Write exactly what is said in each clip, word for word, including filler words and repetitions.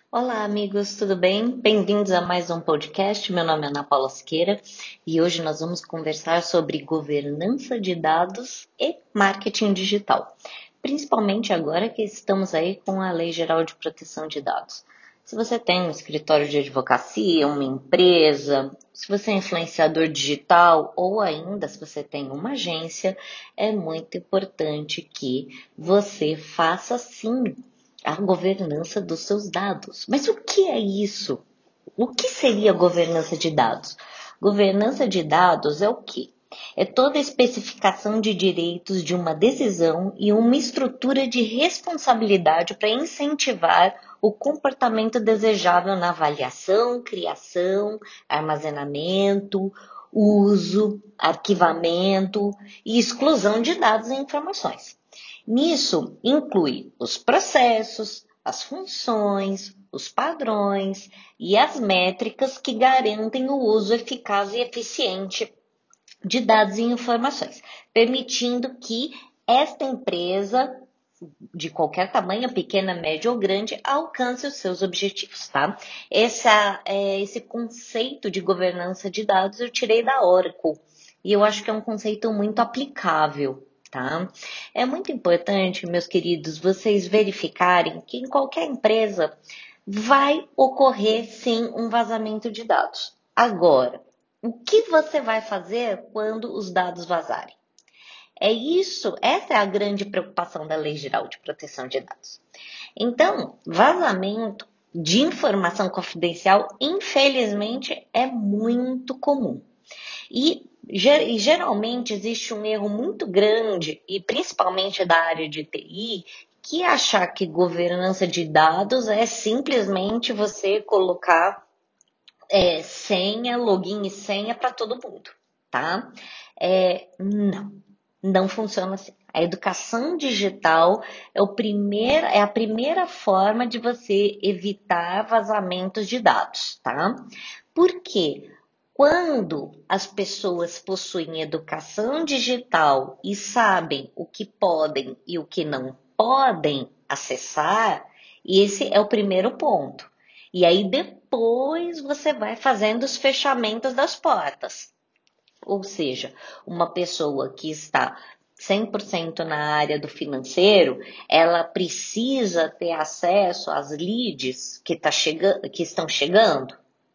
Olá, amigos, tudo bem? Bem-vindos a mais um podcast. Meu nome é Ana Paula Siqueira e hoje nós vamos conversar sobre governança de dados e marketing digital, principalmente agora que estamos aí com a Lei Geral de Proteção de Dados. Se você tem um escritório de advocacia, uma empresa, se você é influenciador digital ou ainda se você tem uma agência, é muito importante que você faça sim a governança dos seus dados. Mas o que é isso? O que seria governança de dados? Governança de dados é o quê? É toda a especificação de direitos de uma decisão e uma estrutura de responsabilidade para incentivar o comportamento desejável na avaliação, criação, armazenamento, uso, arquivamento e exclusão de dados e informações. Nisso inclui os processos, as funções, os padrões e as métricas que garantem o uso eficaz e eficiente de dados e informações, permitindo que esta empresa, de qualquer tamanho, pequena, média ou grande, alcance os seus objetivos, tá? Essa, é, esse conceito de governança de dados eu tirei da Oracle e eu acho que é um conceito muito aplicável. Tá? É muito importante, meus queridos, vocês verificarem que em qualquer empresa vai ocorrer sim um vazamento de dados. Agora, o que você vai fazer quando os dados vazarem? É isso, essa é a grande preocupação da Lei Geral de Proteção de Dados. Então, vazamento de informação confidencial, infelizmente, é muito comum. E geralmente existe um erro muito grande, e principalmente da área de T I, que é achar que governança de dados é simplesmente você colocar é, senha, login e senha para todo mundo, tá? É, não, não funciona assim. A educação digital é, o primeiro, é a primeira forma de você evitar vazamentos de dados, tá? Por quê? Quando as pessoas possuem educação digital e sabem o que podem e o que não podem acessar, esse é o primeiro ponto. E aí depois você vai fazendo os fechamentos das portas. Ou seja, uma pessoa que está cem por cento na área do financeiro, ela precisa ter acesso às leads que, tá chegando, que estão chegando?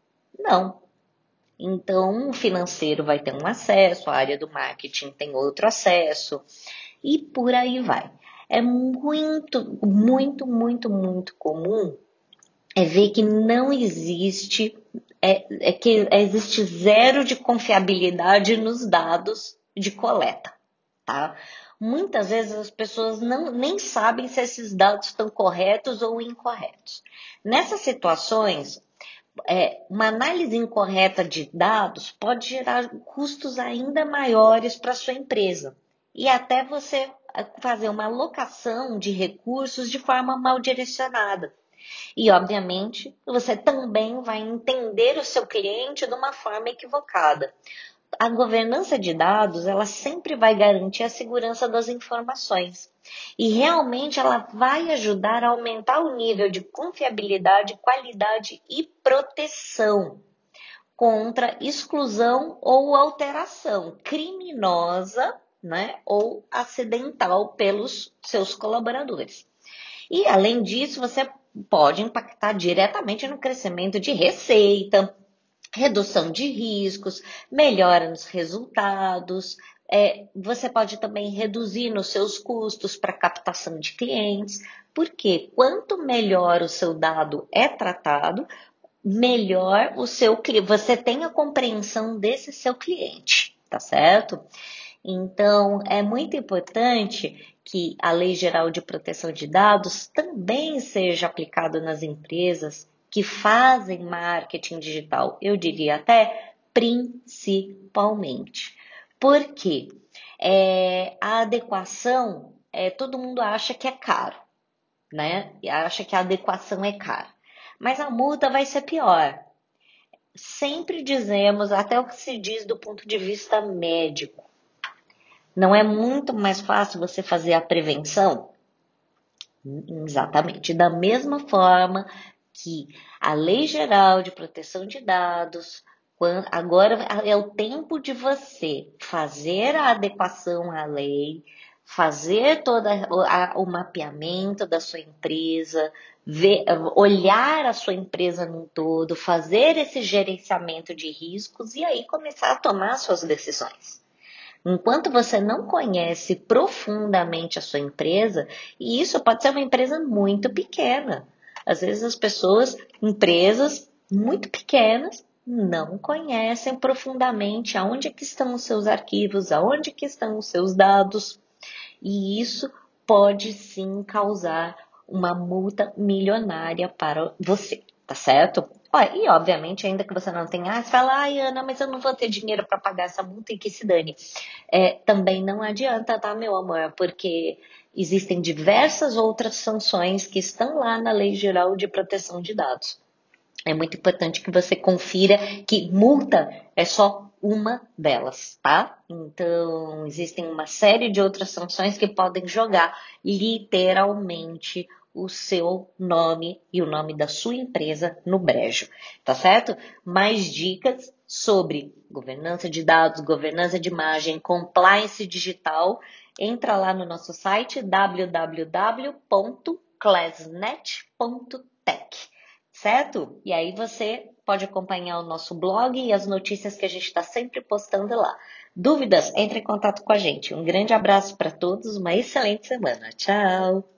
Não. Então, o financeiro vai ter um acesso, a área do marketing tem outro acesso, e por aí vai. É muito, muito, muito, muito comum é ver que não existe, é, é que existe zero de confiabilidade nos dados de coleta, tá? Muitas vezes as pessoas não, nem sabem se esses dados estão corretos ou incorretos. Nessas situações, é, uma análise incorreta de dados pode gerar custos ainda maiores para sua empresa e até você fazer uma alocação de recursos de forma mal direcionada. E, obviamente, você também vai entender o seu cliente de uma forma equivocada. A governança de dados, ela sempre vai garantir a segurança das informações. E realmente ela vai ajudar a aumentar o nível de confiabilidade, qualidade e proteção contra exclusão ou alteração criminosa, né, ou acidental pelos seus colaboradores. E, além disso, você pode impactar diretamente no crescimento de receita, redução de riscos, melhora nos resultados. É, você pode também reduzir nos seus custos para captação de clientes, porque quanto melhor o seu dado é tratado, melhor o seu você tem a compreensão desse seu cliente, tá certo? Então, é muito importante que a Lei Geral de Proteção de Dados também seja aplicada nas empresas que fazem marketing digital, eu diria até principalmente. Por quê? É, a adequação, é, todo mundo acha que é caro, né? E acha que a adequação é cara. Mas a multa vai ser pior. Sempre dizemos, até o que se diz do ponto de vista médico, não é muito mais fácil você fazer a prevenção? Exatamente. Da mesma forma, que a Lei Geral de Proteção de Dados, agora é o tempo de você fazer a adequação à lei, fazer todo o mapeamento da sua empresa, ver, olhar a sua empresa num todo, fazer esse gerenciamento de riscos e aí começar a tomar suas decisões. Enquanto você não conhece profundamente a sua empresa, e isso pode ser uma empresa muito pequena. Às vezes as pessoas, empresas muito pequenas, não conhecem profundamente aonde é que estão os seus arquivos, aonde é que estão os seus dados. E isso pode sim causar uma multa milionária para você, tá certo? Olha, e obviamente, ainda que você não tenha, ah, você fala, ai Ana, mas eu não vou ter dinheiro para pagar essa multa e que se dane. É, também não adianta, tá, meu amor? Porque existem diversas outras sanções que estão lá na Lei Geral de Proteção de Dados. É muito importante que você confira que multa é só uma delas, tá? Então, existem uma série de outras sanções que podem jogar literalmente o seu nome e o nome da sua empresa no brejo, tá certo? Mais dicas sobre governança de dados, governança de imagem, compliance digital, entra lá no nosso site w w w ponto classnet ponto tech. Certo? E aí você pode acompanhar o nosso blog e as notícias que a gente está sempre postando lá. Dúvidas? Entre em contato com a gente. Um grande abraço para todos, uma excelente semana. Tchau!